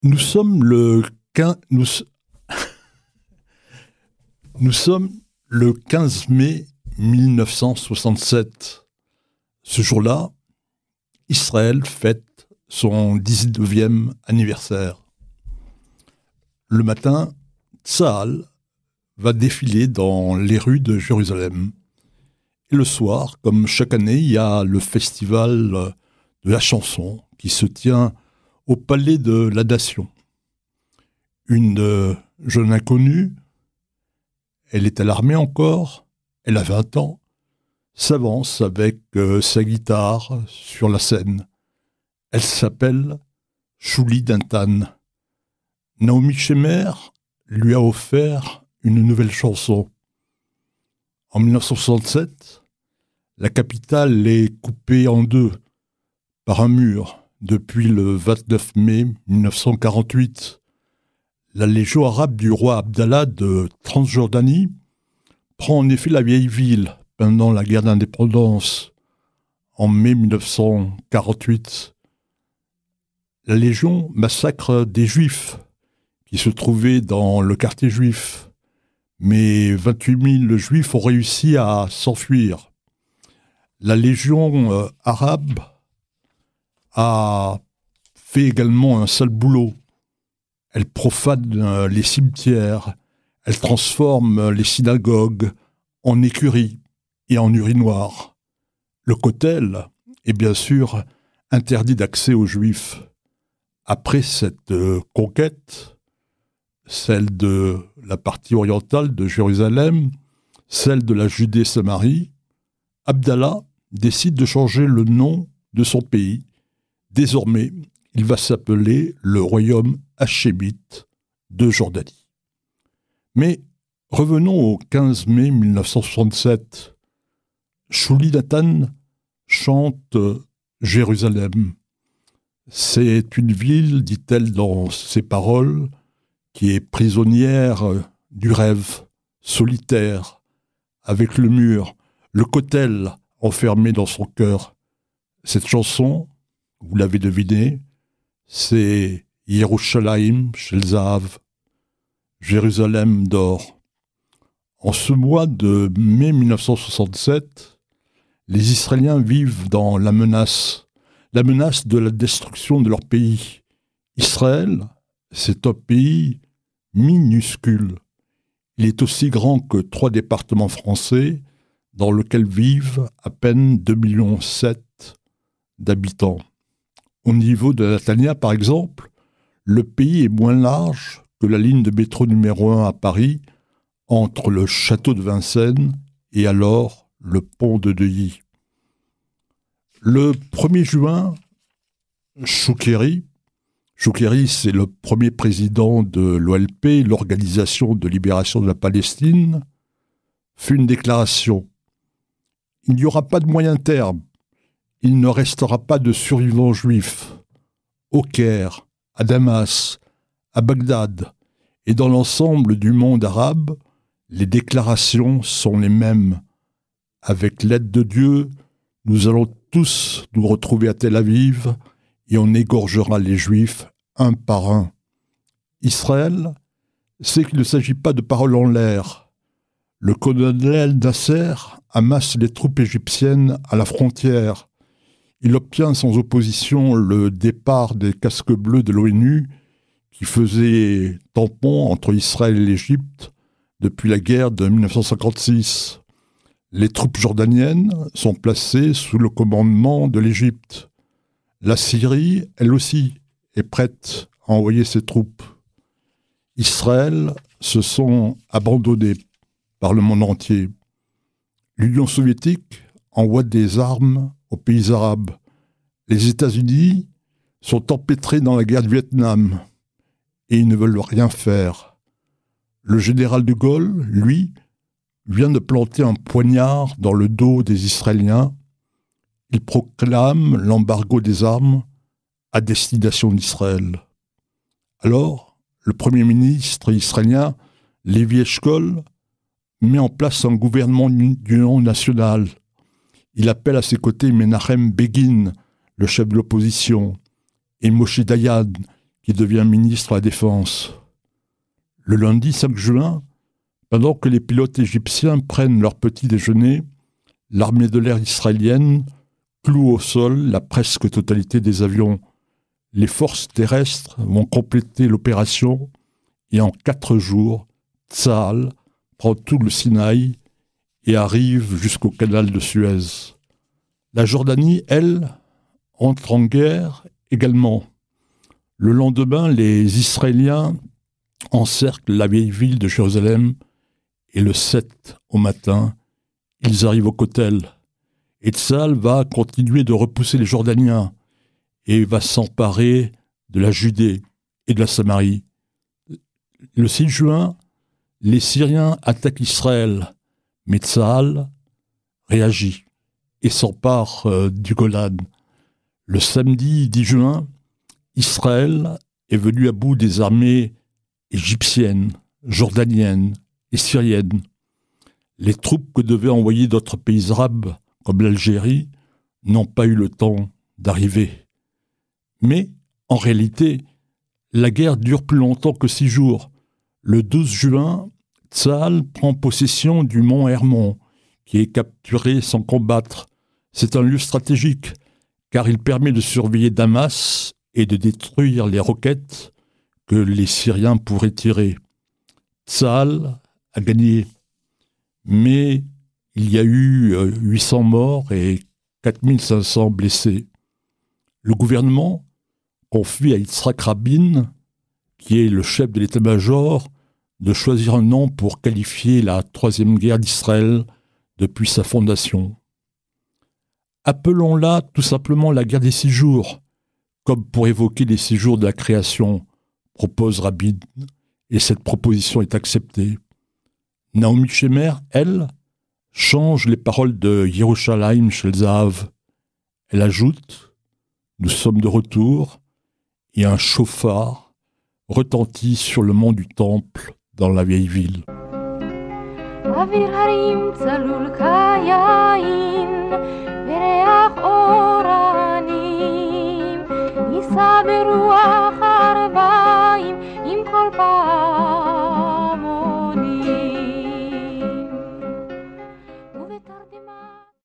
Nous sommes le 15, nous sommes le 15 mai 1967. Ce jour-là, Israël fête son 19e anniversaire. Le matin, Tsahal va défiler dans les rues de Jérusalem. Et le soir, comme chaque année, il y a le festival de la chanson qui se tient au Palais de la Nation. Une jeune inconnue, elle est à l'armée encore, elle a 20 ans, s'avance avec sa guitare sur la scène. Elle s'appelle Shuli Dintan. Naomi Shemer lui a offert une nouvelle chanson. En 1967, la capitale est coupée en deux par un mur. Depuis le 29 mai 1948, la Légion arabe du roi Abdallah de Transjordanie prend en effet la vieille ville pendant la guerre d'indépendance en mai 1948. La Légion massacre des Juifs qui se trouvaient dans le quartier juif, mais 28 000 Juifs ont réussi à s'enfuir. La Légion arabe a fait également un sale boulot. Elle profane les cimetières, elle transforme les synagogues en écuries et en urinoirs. Le kotel est bien sûr interdit d'accès aux Juifs. Après cette conquête, celle de la partie orientale de Jérusalem, celle de la Judée-Samarie, Abdallah décide de changer le nom de son pays. Désormais, il va s'appeler le royaume hachémite de Jordanie. Mais revenons au 15 mai 1967. Shuli Dintan chante Jérusalem. C'est une ville, dit-elle dans ses paroles, qui est prisonnière du rêve, solitaire, avec le mur, le kotel enfermé dans son cœur. Cette chanson, vous l'avez deviné, c'est Yerushalayim Shel Zahav, Jérusalem d'or. En ce mois de mai 1967, les Israéliens vivent dans la menace de la destruction de leur pays. Israël, c'est un pays minuscule. Il est aussi grand que 3 départements français, dans lesquels vivent à peine 2,7 millions d'habitants. Au niveau de Netanya, par exemple, le pays est moins large que la ligne de métro numéro 1 à Paris, entre le château de Vincennes et alors le pont de Neuilly. Le 1er juin, Choukeri, c'est le premier président de l'OLP, l'Organisation de libération de la Palestine, fait une déclaration. Il n'y aura pas de moyen terme. Il ne restera pas de survivants juifs. Au Caire, à Damas, à Bagdad et dans l'ensemble du monde arabe, les déclarations sont les mêmes. Avec l'aide de Dieu, nous allons tous nous retrouver à Tel Aviv et on égorgera les Juifs un par un. Israël sait qu'il ne s'agit pas de paroles en l'air. Le colonel Nasser amasse les troupes égyptiennes à la frontière. Il obtient sans opposition le départ des casques bleus de l'ONU qui faisaient tampon entre Israël et l'Égypte depuis la guerre de 1956. Les troupes jordaniennes sont placées sous le commandement de l'Égypte. La Syrie, elle aussi, est prête à envoyer ses troupes. Israël se sont abandonnés par le monde entier. L'Union soviétique envoie des armes aux pays arabes. Les États-Unis sont empêtrés dans la guerre du Vietnam et ils ne veulent rien faire. Le général de Gaulle, lui, vient de planter un poignard dans le dos des Israéliens. Il proclame l'embargo des armes à destination d'Israël. Alors, le Premier ministre israélien, Lévi Eshkol, met en place un gouvernement d'union nationale. Il appelle à ses côtés Menachem Begin, le chef de l'opposition, et Moshe Dayan, qui devient ministre à la Défense. Le lundi 5 juin, pendant que les pilotes égyptiens prennent leur petit déjeuner, l'armée de l'air israélienne cloue au sol la presque totalité des avions. Les forces terrestres vont compléter l'opération et en 4 jours, Tsahal prend tout le Sinaï et arrive jusqu'au canal de Suez. La Jordanie, elle, entre en guerre également. Le lendemain, les Israéliens encerclent la vieille ville de Jérusalem et le 7 au matin, ils arrivent au Kotel. Et Tsahal va continuer de repousser les Jordaniens et va s'emparer de la Judée et de la Samarie. Le 6 juin, les Syriens attaquent Israël, mais Tsahal réagit et s'empare du Golan. Le samedi 10 juin, Israël est venu à bout des armées égyptiennes, jordaniennes et syriennes. Les troupes que devaient envoyer d'autres pays arabes, comme l'Algérie, n'ont pas eu le temps d'arriver. Mais, en réalité, la guerre dure plus longtemps que 6 jours. Le 12 juin, Tsahal prend possession du mont Hermon, qui est capturé sans combattre. C'est un lieu stratégique, car il permet de surveiller Damas et de détruire les roquettes que les Syriens pourraient tirer. Tsahal a gagné, mais il y a eu 800 morts et 4500 blessés. Le gouvernement confie à Yitzhak Rabin, qui est le chef de l'état-major, de choisir un nom pour qualifier la troisième guerre d'Israël depuis sa fondation. Appelons-la tout simplement la guerre des 6 jours, comme pour évoquer les 6 jours de la création, propose Rabin, et cette proposition est acceptée. Naomi Shemer, elle, change les paroles de Yerushalayim Shel Zahav. Elle ajoute « Nous sommes de retour » et un chauffard retentit sur le mont du Temple dans la vieille ville. וריח אורנים יישא ברוח